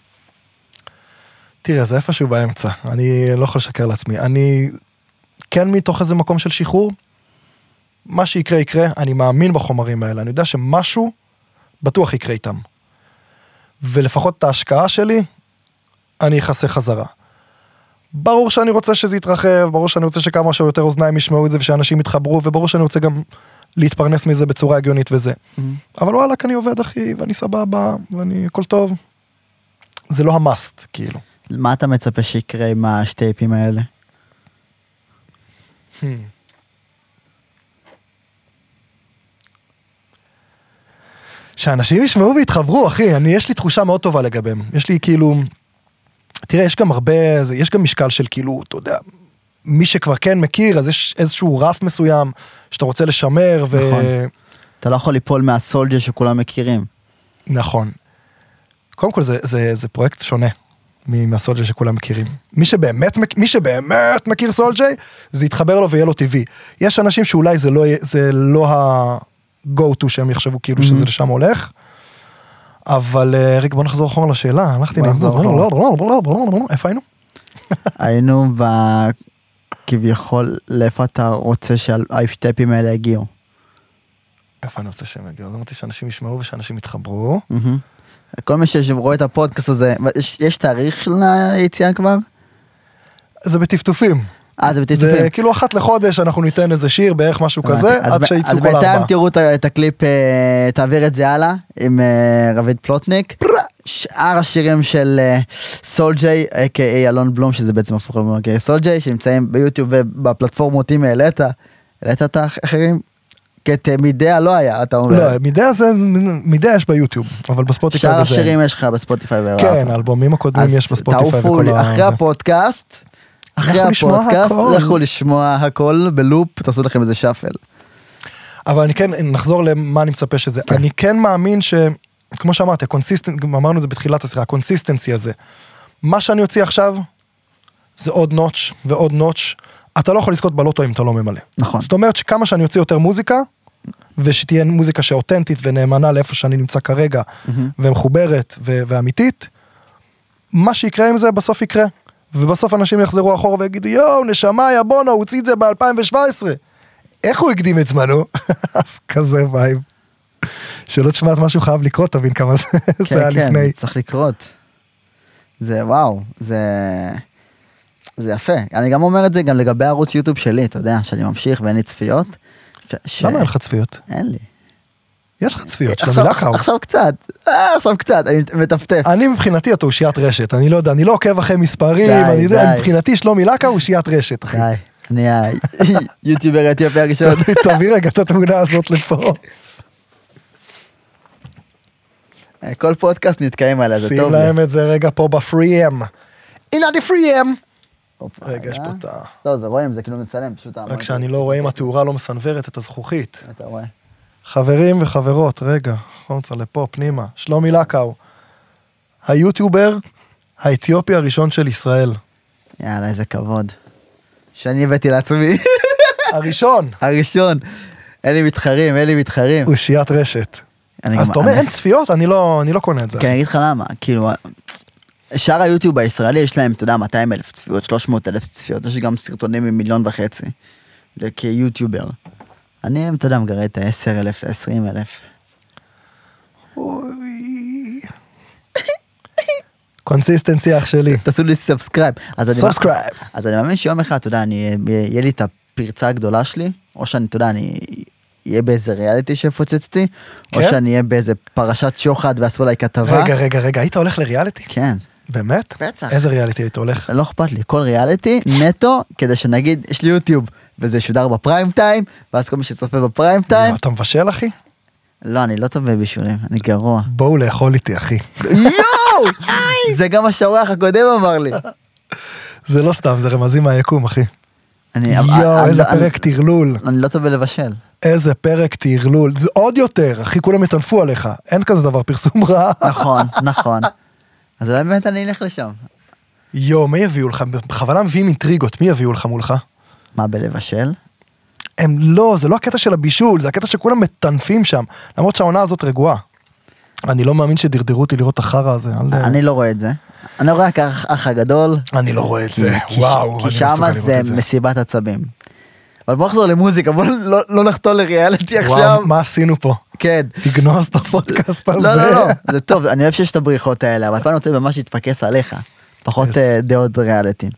תראה, זה איפשהו באמצע, אני לא יכול לשקר לעצמי, אני כן מתוך איזה מקום של שחרור, מה שיקרה יקרה, אני מאמין בחומרים האלה, אני יודע שמשהו בטוח יקרה איתם, ולפחות את ההשקעה שלי, אני אחסה חזרה. ברור שאני רוצה שזה יתרחב, ברור שאני רוצה שכמה שיותר אוזניים ישמעו את זה, ושאנשים יתחברו, וברור שאני רוצה גם להתפרנס מזה בצורה הגיונית וזה. אבל וואלה, אני עובד אחי, ואני סבבה, ואני הכל טוב. זה לא המאסט, כאילו. מה אתה מצפה שיקרה עם השתי אפים האלה? שאנשים ישמעו והתחברו, אחי, יש לי תחושה מאוד טובה לגביהם. יש לי כאילו, תראה, יש גם הרבה, יש גם משקל של כאילו, אתה יודע, מי שכבר כן מכיר, אז יש איזשהו רף מסוים שאתה רוצה לשמר נכון. אתה לא יכול ליפול מהסולג'ה שכולם מכירים. נכון. קודם כל זה פרויקט שונה מהסולג'ה שכולם מכירים. מי שבאמת מכיר סולג'ה, זה יתחבר לו ויהיה לו טבעי. יש אנשים שאולי זה לא ה-go to שהם יחשבו כאילו שזה לשם הולך, אבל רגע בוא נחזור אחורה לשאלה, הלכתי איפה היינו? היינו כביכול לאיפה אתה רוצה שהשטפים האלה הגיעו. איפה אני רוצה שהם הגיעו? אמרתי שאנשים ישמעו ושאנשים יתחברו. כל מי שרואה את הפודקאסט הזה, יש תאריך ליציאה כבר? זה בטפטופים. זה בטפטופים. זה כאילו אחת לחודש אנחנו ניתן איזה שיר בערך משהו כזה, עד שיצאו כל ארבע. אז בינתיים תראו את הקליפ, תעביר את זה הלאה, עם רביד פלוטניק. שאר השירים של סולג'יי, a.k.a. אלון בלום, שזה בעצם הפוך למרקי סולג'יי, שנמצאים ביוטיוב ובפלטפורמות, אם העלית את האחרים? כת מידע לא היה, אתה אומר. לא, מידע יש ביוטיוב, אבל בספוטיפיי שאר השירים יש לך בספוטיפיי. כן, האלבומים הקודמים יש בספוטיפיי. תעופו אחרי הפודקאסט, לכו לשמוע הכל בלופ, תעשו לכם איזה שפל. אבל אני כן, נחזור למה אני מצפה שזה. אני כן מאמין ש, כמו שאמרתי, אמרנו את זה בתחילת השיחה, הקונסיסטנסי הזה. מה שאני יוציא עכשיו, זה עוד נוטש ועוד נוטש. אתה לא יכול לזכות בלוטו אם אתה לא ממלא. נכון. זאת אומרת שכמה שאני יוציא יותר מוזיקה, ושתהיה מוזיקה שאותנטית ונאמנה לאיפה שאני נמצא כרגע, ומחוברת ואמיתית, מה שיקרה עם זה בסוף יקרה. ובסוף אנשים יחזרו אחורה ויגידו, יואו, נשמה, יא בונה, הוא הוציא את זה ב-2017. איך הוא הקדים את זמנו? אז כזה וייב. שלא תשמעת משהו חייב לקרות, תבין כמה זה היה לפני. כן, צריך לקרות. זה וואו, זה יפה. אני גם אומר את זה גם לגבי ערוץ יוטיוב שלי, אתה יודע, שאני ממשיך ואין לי צפיות. למה אין לך צפיות? אין לי. יש לך צפיות, של המילה קראו. עכשיו קצת, אני מטפטף. אני מבחינתי אתה אושיית רשת, אני לא יודע, אני לא עוקב אחרי מספרים, אני יודע, מבחינתי שלומי לקה הוא אושיית רשת, אחי. די, אני היוטיובר האתיופי הראשון. תביא רגע את התמונה הזאת לפה. כל פודקאסט נתקיים עליה, זה טוב. שים להם את זה רגע פה בפרי-אם. הנה די פרי-אם. רגע, יש פה את ה... לא, זה רואים, זה כאילו מצלם, פשוט... רק שאני לא רואה אם התאורה לא מסנוורת את הזכוכית. אתה רואה. חברים וחברות, רגע, חומצה לפה, פנימה, שלומי לקאו, היוטיובר האתיופי הראשון של ישראל. יאללה, איזה כבוד. שאני הבאתי לעצמי. הראשון. אין לי מתחרים. אושיית רשת. אז אתה אומר, אין צפיות? אני לא קונה את זה. כן, אני אגיד לך למה, כאילו, שאר היוטיוב הישראלי יש להם, אתה יודע, 200,000 צפיות, 300,000 צפיות, יש גם סרטונים מ1.5 מיליון, כיוטיובר. אני, אתה יודע, מגרה את ה10,000, 20,000. אוי. קונסיסטנציה אח שלי. תעשו לי סאבסקרייב. סאבסקרייב. אז אני מאמין שיום אחד, אתה יודע, יהיה לי את הפרצה הגדולה שלי, או שאני, אתה יודע, אני אהיה באיזה ריאליטי שפוצצתי, או שאני אהיה באיזה פרשת שוחד ועשו עליי כתבה. רגע, היית הולך לריאליטי? כן. באמת? בטח. איזה ריאליטי היית הולך? לא אכפת לי, כל ריאליטי נטו, כדי שנגיד, יש לי יוטיוב, וזה שודר בפריים טיים, ואז כל מי שצופה בפריים טיים. אתה מבשל, אחי? לא, אני לא טוב בבישולים, אני גרוע. בואו לאכול איתי, אחי. יואו! זה גם השאורח הקודם אמר לי. זה לא סתם, זה רמזים מהיקום, אחי. יואו, איזה פרק תרלול. אני לא טוב בלבשל. איזה פרק תרלול. זה עוד יותר, אחי, כולם יטנפו עליך. אין כזה דבר, פרסום רע. נכון, נכון. אז אולי באמת אני אלך לשם. יואו, מי יביאו לך? בכוונה מביאים אינטריגות, מי יביאו לך מולך? מה, בלבשל? הם לא, זה לא הקטע של הבישול, זה הקטע שכולם מטנפים שם. למרות שהעונה הזאת רגועה. אני לא מאמין שדרדרו אותי לראות את החרא הזה. אני לא רואה את זה. אני לא רואה כאח הגדול. אני לא רואה את זה, וואו. כי שמה זה מסיבת עצבים. אבל בוא נחזור למוזיקה, בוא לא נחתול לריאליטי עכשיו. וואו, מה עשינו פה? כן. תגנוז את הפודקאסט הזה. לא, זה טוב, אני אוהב שיש את הבריחות האלה, אבל פעם אני רוצה ממש להתפקס עליך. פחות דעות ריאליטי.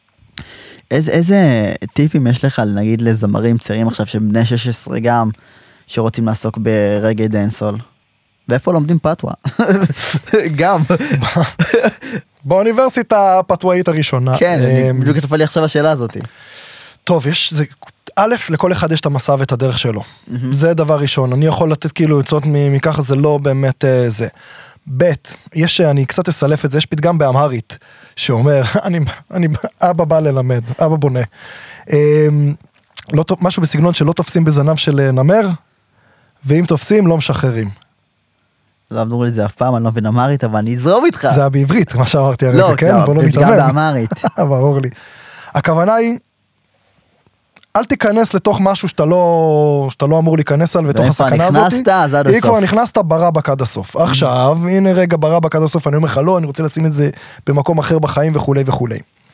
איזה טיפים יש לך, נגיד, לזמרים צעירים עכשיו, שהם בני 16 גם, שרוצים לעסוק ברגעי דנסול? ואיפה לומדים פתווה? גם. באוניברסיטה הפתוואית הראשונה. כן, בדיוק כתובה לי עכשיו השאלה הזאת. טוב, א', לכל אחד יש את המסע ואת הדרך שלו. זה דבר ראשון. אני יכול לתת כאילו עצות מככה, זה לא באמת זה. ב', אני קצת אסלף את זה, יש פתגם באמהרית, שאומר, אבא בא ללמד, אבא בונה. משהו בסגנון שלא תופסים בזנב של נמר, ואם תופסים, לא משחררים. לא אמרו לי זה אף פעם, אני לא מבין אמהרית, אבל אני אזרום איתך. זה היה בעברית, מה שאמרתי הרגע, כן? לא, פתגם באמהרית. ברור לי. הכוונה היא, אל תיכנס לתוך משהו שאתה לא אמור להיכנס על, ותוך הסכנה הזאת. היא כבר נכנסת ברבק עד הסוף. עכשיו, הנה רגע ברבק עד הסוף, אני אומר לך, לא, אני רוצה לשים את זה במקום אחר בחיים וכו' וכו'.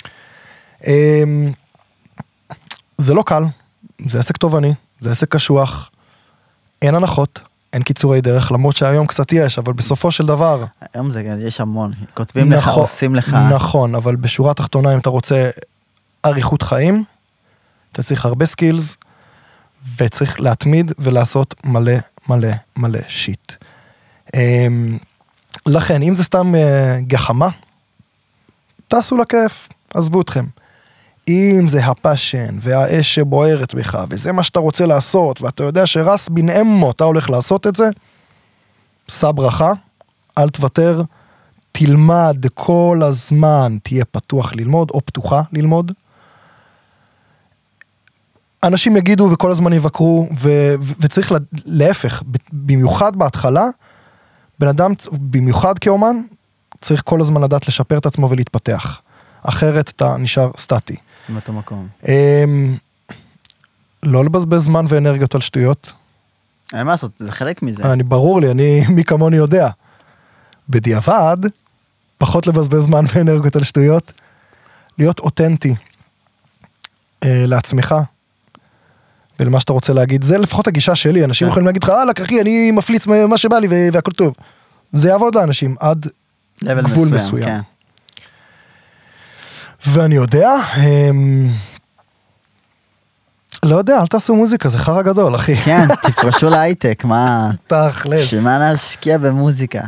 זה לא קל, זה עסק טובעני, זה עסק קשוח, אין הנחות, אין קיצורי דרך, למרות שהיום קצת יש, אבל בסופו של דבר... היום יש המון, כותבים לך, עושים לך... נכון, אבל בשורה התחתונה, אם אתה רוצה אריכות חיים, אתה צריך הרבה סקילס, וצריך להתמיד ולעשות מלא מלא מלא שיט. לכן, אם זה סתם גחמה, תעשו לכיף, עזבו אתכם. אם זה הפשן והאש שבוערת בך, וזה מה שאתה רוצה לעשות, ואתה יודע שרס בן אמו, אתה הולך לעשות את זה, שא ברכה, אל תוותר, תלמד כל הזמן, תהיה פתוח ללמוד, או פתוחה ללמוד. אנשים יגידו וכל הזמן יבקרו, וצריך להפך, במיוחד בהתחלה, בן אדם, במיוחד כאומן, צריך כל הזמן לדעת לשפר את עצמו ולהתפתח. אחרת אתה נשאר סטטי. באותו מקום. לא לבזבז זמן ואנרגיות על שטויות. אין מה לעשות, זה חלק מזה. ברור לי, מי כמוני יודע. בדיעבד, פחות לבזבז זמן ואנרגיות על שטויות, להיות אותנטי לעצמך, ולמה שאתה רוצה להגיד. זה לפחות הגישה שלי, אנשים יכולים להגיד לך, אחי, אני מפליץ מה שבא לי והכל טוב. זה יעבוד לאנשים עד גבול מסוים. ואני יודע, לא יודע, אל תעשו מוזיקה, זה חרא גדול, אחי. כן, תפרשו להייטק, מה? תכלס. שמה להשקיע במוזיקה?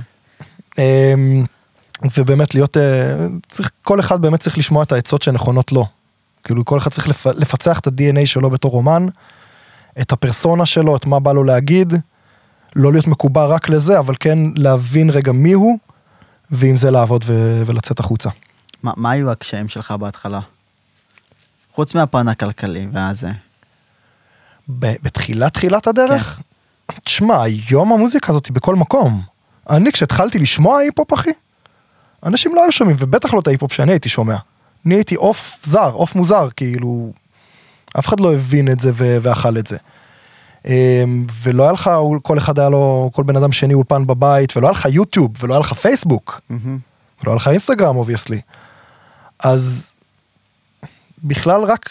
ובאמת להיות, כל אחד באמת צריך לשמוע את העצות שנכונות לו. כאילו כל אחד צריך לפצח את ה-DNA שלו בתור רומן, את הפרסונה שלו, את מה בא לו להגיד, לא להיות מקובע רק לזה, אבל כן להבין רגע מי הוא, ועם זה לעבוד ולצאת החוצה. מה היו הקשיים שלך בהתחלה? חוץ מהפן הכלכלי והזה. בתחילת הדרך? כן. תשמע, היום המוזיקה הזאת היא בכל מקום. אני כשהתחלתי לשמוע היפ-הופ, אחי, אנשים לא היו שומעים, ובטח לא את ההיפ-הופ שאני הייתי שומע. אני הייתי אוף מוזר, כאילו, אף אחד לא הבין את זה ואכל את זה. ולא היה לך, כל אחד היה לו, כל בן אדם שני אולפן בבית, ולא היה לך יוטיוב, ולא היה לך פייסבוק, ולא היה לך אינסטגרם, אובייסלי. אז בכלל רק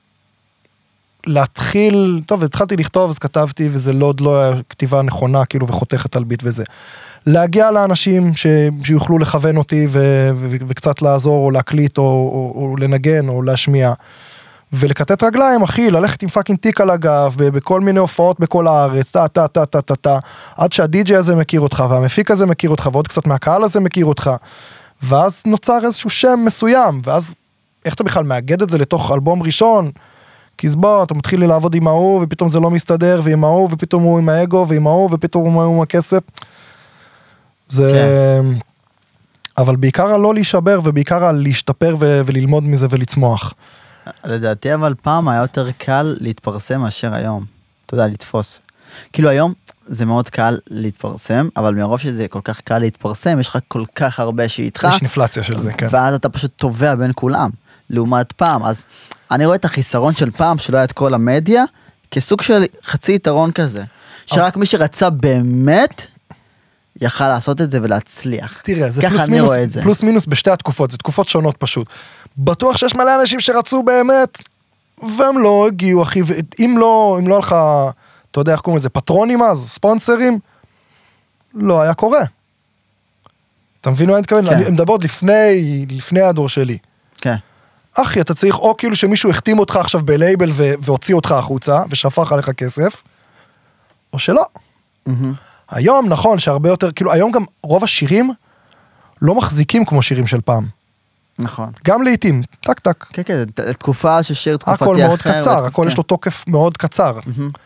להתחיל, טוב, התחלתי לכתוב, אז כתבתי, וזה עוד לא היה כתיבה נכונה, כאילו, וחותכת על ביט וזה. להגיע לאנשים שיוכלו לכוון אותי, וקצת לעזור, או להקליט, או לנגן, או להשמיע, ולקטט רגליים, אחי, ללכת עם פאקינג תיק על הגב, בכל מיני הופעות בכל הארץ, עד שהדי-ג'י הזה מכיר אותך, והמפיק הזה מכיר אותך, ועוד קצת מהקהל הזה מכיר אותך, ואז נוצר איזשהו שם מסוים, ואז איך אתה בכלל מאגד את זה לתוך אלבום ראשון, כי בוא, אתה מתחיל לעבוד עם ההוא, ופתאום זה לא מסתדר, ועם ההוא, ופתאום הוא עם האגו, ועם ההוא, ופתאום הוא עם הכסף. זה... כן. אבל בעיקר על לא להישבר, ובעיקר על להשתפר וללמוד מזה ולצמוח. לדעתי, אבל פעם היה יותר קל להתפרסם מאשר היום. אתה יודע, לתפוס. כאילו היום זה מאוד קל להתפרסם, אבל מרוב שזה כל כך קל להתפרסם, יש לך כל כך הרבה שאיתך. יש אינפלציה של זה, כן. ואז אתה פשוט טובע בין כולם, לעומת פעם. אז אני רואה את החיסרון של פעם, שלא היה את כל המדיה, כסוג של חצי יתרון כזה. שרק מי שרצה באמת, יכל לעשות את זה ולהצליח. תראה, זה פלוס מינוס בשתי התקופות, זה תקופות שונות פשוט. בטוח שיש מלא אנשים שרצו באמת, והם לא הגיעו, אחי, אם לא לך, אתה יודע איך קוראים לזה, פטרונים אז, ספונסרים, לא היה קורה. אתה מבין מה אני מתכוון? אני מדבר עוד לפני הדור שלי. כן. אחי, אתה צריך או כאילו שמישהו החתים אותך עכשיו בלייבל והוציא אותך החוצה, ושפך עליך כסף, או שלא. היום נכון שהרבה יותר, כאילו היום גם רוב השירים לא מחזיקים כמו שירים של פעם. נכון. גם לעתים, טק טק. כן, כן, תקופה ששיר תקופתי אחר. הכל מאוד קצר, הכל יש לו תוקף מאוד קצר.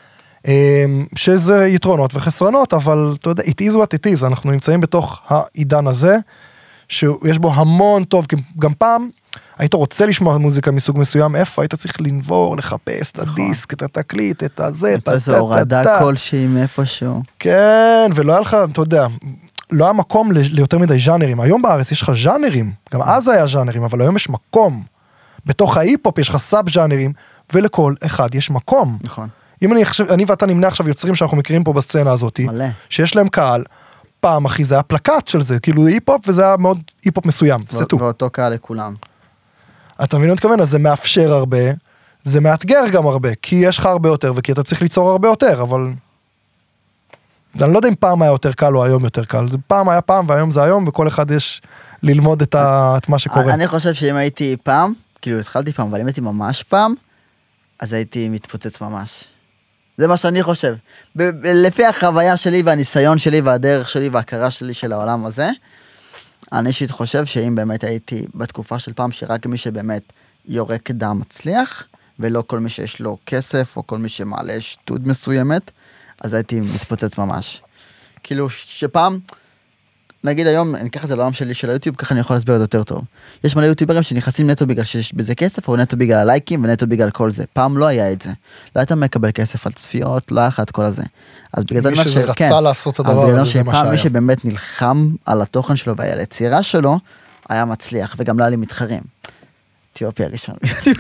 שזה יתרונות וחסרונות, אבל אתה יודע, it is what it is, אנחנו נמצאים בתוך העידן הזה, שיש בו המון טוב, כי גם פעם היית רוצה לשמוע מוזיקה מסוג מסוים, איפה היית צריך לנבור, לחפש את הדיסק, את התקליט, את הזה, את זה הורדה כלשהי מאיפשהו. כן, ולא היה לך, אתה יודע, לא היה מקום ליותר מדי ז'אנרים. היום בארץ יש לך ז'אנרים, גם אז היה ז'אנרים, אבל היום יש מקום. בתוך ההיפ-הופ יש לך סאב ז'אנרים, ולכל אחד יש מקום. נכון. אם אני ואתה נמנה עכשיו יוצרים שאנחנו מכירים פה בסצנה הזאת, שיש להם קהל, פעם אחי זה היה פלקט של זה, כאילו היפ-הופ, וזה היה מאוד היפ-הופ מסוים, זה טוב. ואותו קהל לכולם. אתה מבין מה מתכוון? אז זה מאפשר הרבה, זה מאתגר גם הרבה, כי יש לך הרבה יותר, וכי אתה צריך ליצור הרבה יותר, אבל... אני לא יודע אם פעם היה יותר קל או היום יותר קל, פעם היה פעם והיום זה היום, וכל אחד יש ללמוד את מה שקורה. אני חושב שאם הייתי פעם, כאילו התחלתי פעם, אבל אם הייתי ממש פעם, אז הייתי מתפוצץ ממש. זה מה שאני חושב. לפי החוויה שלי והניסיון שלי והדרך שלי וההכרה שלי של העולם הזה, אני אישית חושב שאם באמת הייתי בתקופה של פעם, שרק מי שבאמת יורק דם מצליח, ולא כל מי שיש לו כסף, או כל מי שמעלה שטות מסוימת, אז הייתי מתפוצץ ממש. כאילו שפעם, נגיד היום, אני אקח את זה לעולם שלי של היוטיוב, ככה אני יכול להסביר את זה יותר טוב. יש מלא יוטיוברים שנכנסים נטו בגלל שיש בזה כסף, או נטו בגלל הלייקים, ונטו בגלל כל זה. פעם לא היה את זה. לא היית מקבל כסף על צפיות, לא היה לך את כל הזה. אז בגלל זה מי שזה רצה לעשות את הדבר הזה, זה מה שהיה. מי שבאמת נלחם על התוכן שלו ועל היצירה שלו, היה מצליח, וגם לא היה לי מתחרים. אתיופיה ראשון.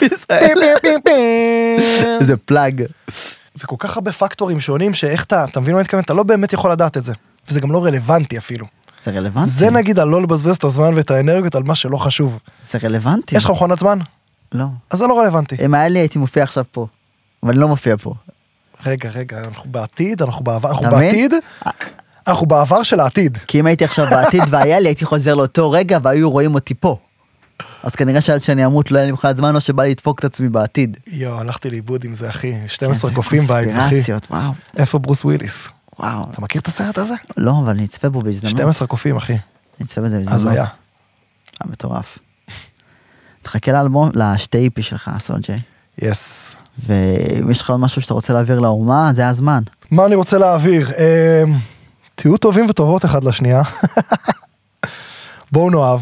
זה פלאג. זה כל כך הרבה פקטורים שונים, שאיך אתה מבין מה מתכוון, אתה לא באמת יכול לדעת את זה. וזה גם לא רלוונטי אפילו. זה רלוונטי. זה נגיד על לא לבזבז את הזמן ואת האנרגיות על מה שלא חשוב. זה רלוונטי. יש לך מכונת זמן? לא. אז זה לא רלוונטי. אם היה לי הייתי מופיע עכשיו פה, אבל לא מופיע פה. רגע, אנחנו בעתיד, אנחנו בעתיד, אנחנו בעבר של העתיד. כי אם הייתי עכשיו בעתיד והיה לי, הייתי חוזר לאותו רגע והיו רואים אותי פה. אז כנראה שעד שאני אמות לא היה לי מכונת זמן, או שבא לי לדפוק את עצמי בעתיד. הלכתי לאיבוד עם זה, אחי. 12 קופים וייבס, אחי. איפה ברוס וויליס? וואו. אתה מכיר את הסרט הזה? לא, אבל אני אצפה בו בהזדמנות. 12 קופים, אחי. אני אצפה בזה בהזדמנות. אז היה. מטורף. תחכה לאלבום, לשתי איפי שלך, סונג'י. יס. ואם יש לך משהו שאתה רוצה להעביר לאומה, זה הזמן. מה אני רוצה להעביר? תהיו טובים וטובות אחד לשנייה. בואו נאהב.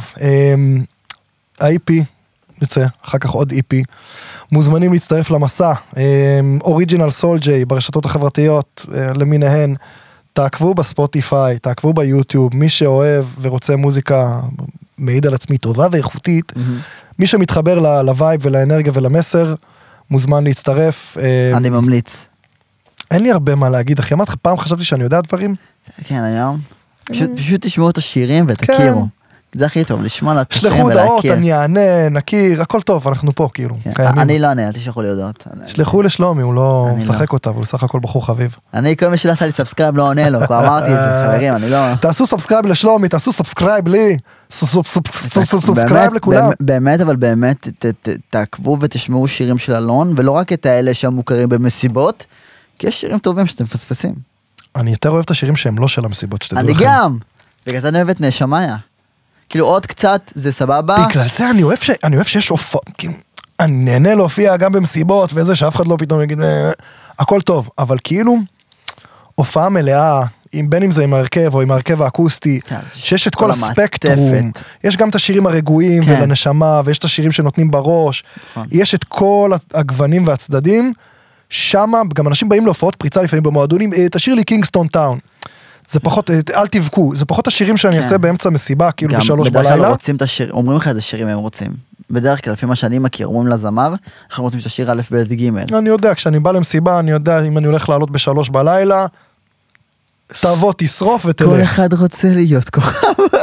ה-EP, יוצא, אחר כך עוד EP. מוזמנים להצטרף למסע. אוריג'ינל סולג'יי ברשתות החברתיות למיניהן. תעקבו בספוטיפיי, תעקבו ביוטיוב. מי שאוהב ורוצה מוזיקה מעיד על עצמי טובה ואיכותית. מי שמתחבר לווייב ולאנרגיה ולמסר, מוזמן להצטרף. אני ממליץ. אין לי הרבה מה להגיד, אחי. אמרתי, פעם חשבתי שאני יודע דברים. כן, היום. פשוט תשמעו את השירים ותכירו. זה הכי טוב, לשמוע לה את השירים שלחו ולהכיר. הודעות, אני אענה, נכיר, הכל טוב, אנחנו פה, כאילו. אני לא אענה, אל תשלחו לי הודעות. שלחו לשלומי, הוא לא משחק אותה, הוא סך הכל בחור חביב. אני, כל מי שלא עשה לי סאבסקרייב לא עונה לו, כבר אמרתי את זה, חברים, אני לא... תעשו סאבסקרייב לשלומי, תעשו סאבסקרייב לי, סאבסקרייב לכולם. באמת, אבל באמת, תעקבו ותשמעו שירים של אלון, ולא רק את האלה שמוכרים במסיבות, כי יש שירים טובים שאתם מפספסים. אני יותר אוהב את השירים שהם לא של המסיבות, שתדעו לכם. אני גם! בגלל זה אני אוהב את נשמיה. כאילו עוד קצת זה סבבה. בגלל זה אני אוהב שיש הופעות, אני נהנה להופיע גם במסיבות וזה, שאף אחד לא פתאום יגיד, הכל טוב, אבל כאילו, הופעה מלאה, בין אם זה עם הרכב או עם הרכב האקוסטי, שיש את כל הספקטרום, יש גם את השירים הרגועים ולנשמה, ויש את השירים שנותנים בראש, יש את כל הגוונים והצדדים, שמה גם אנשים באים להופעות פריצה לפעמים במועדונים, תשאיר לי קינגסטון טאון, זה פחות, אל תבכו, זה פחות השירים שאני אעשה באמצע מסיבה, כאילו ב3 בלילה. אומרים לך איזה שירים הם רוצים. בדרך כלל, לפי מה שאני מכיר, אומרים לזמר, אנחנו רוצים שתשאיר א' ב' ג'. אני יודע, כשאני בא למסיבה, אני יודע אם אני הולך לעלות ב3 בלילה, תבוא, תשרוף ותלך. כל אחד רוצה להיות כוכב.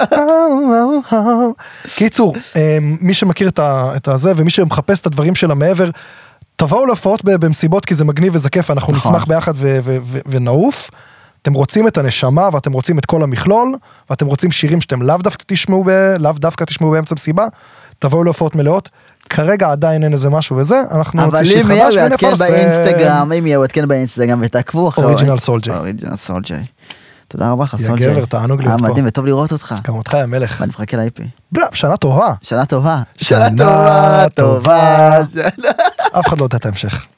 קיצור, מי שמכיר את הזה, ומי שמחפש את הדברים של המעבר, תבואו להופעות במסיבות, כי זה מגניב וזה כיף, אנחנו נשמח ביחד ונעוף. אתם רוצים את הנשמה, ואתם רוצים את כל המכלול, ואתם רוצים שירים שאתם לאו דווקא תשמעו באמצע מסיבה, תבואו להופעות מלאות. כרגע עדיין אין איזה משהו וזה, אנחנו נוציא שיר חדש ונפרסם. אם יהיה עדכן באינסטגרם ותעקבו אחרי אוריג'ינל סולג'יי. תודה רבה לך סולג'יי. יא גבר, תענוג להיות פה. מדהים וטוב לראות אותך. גם אותך יא מלך. ואני מחכה לאיפי. שנה טובה. שנה טובה. שנה טובה. אף אחד לא יודע את ההמשך.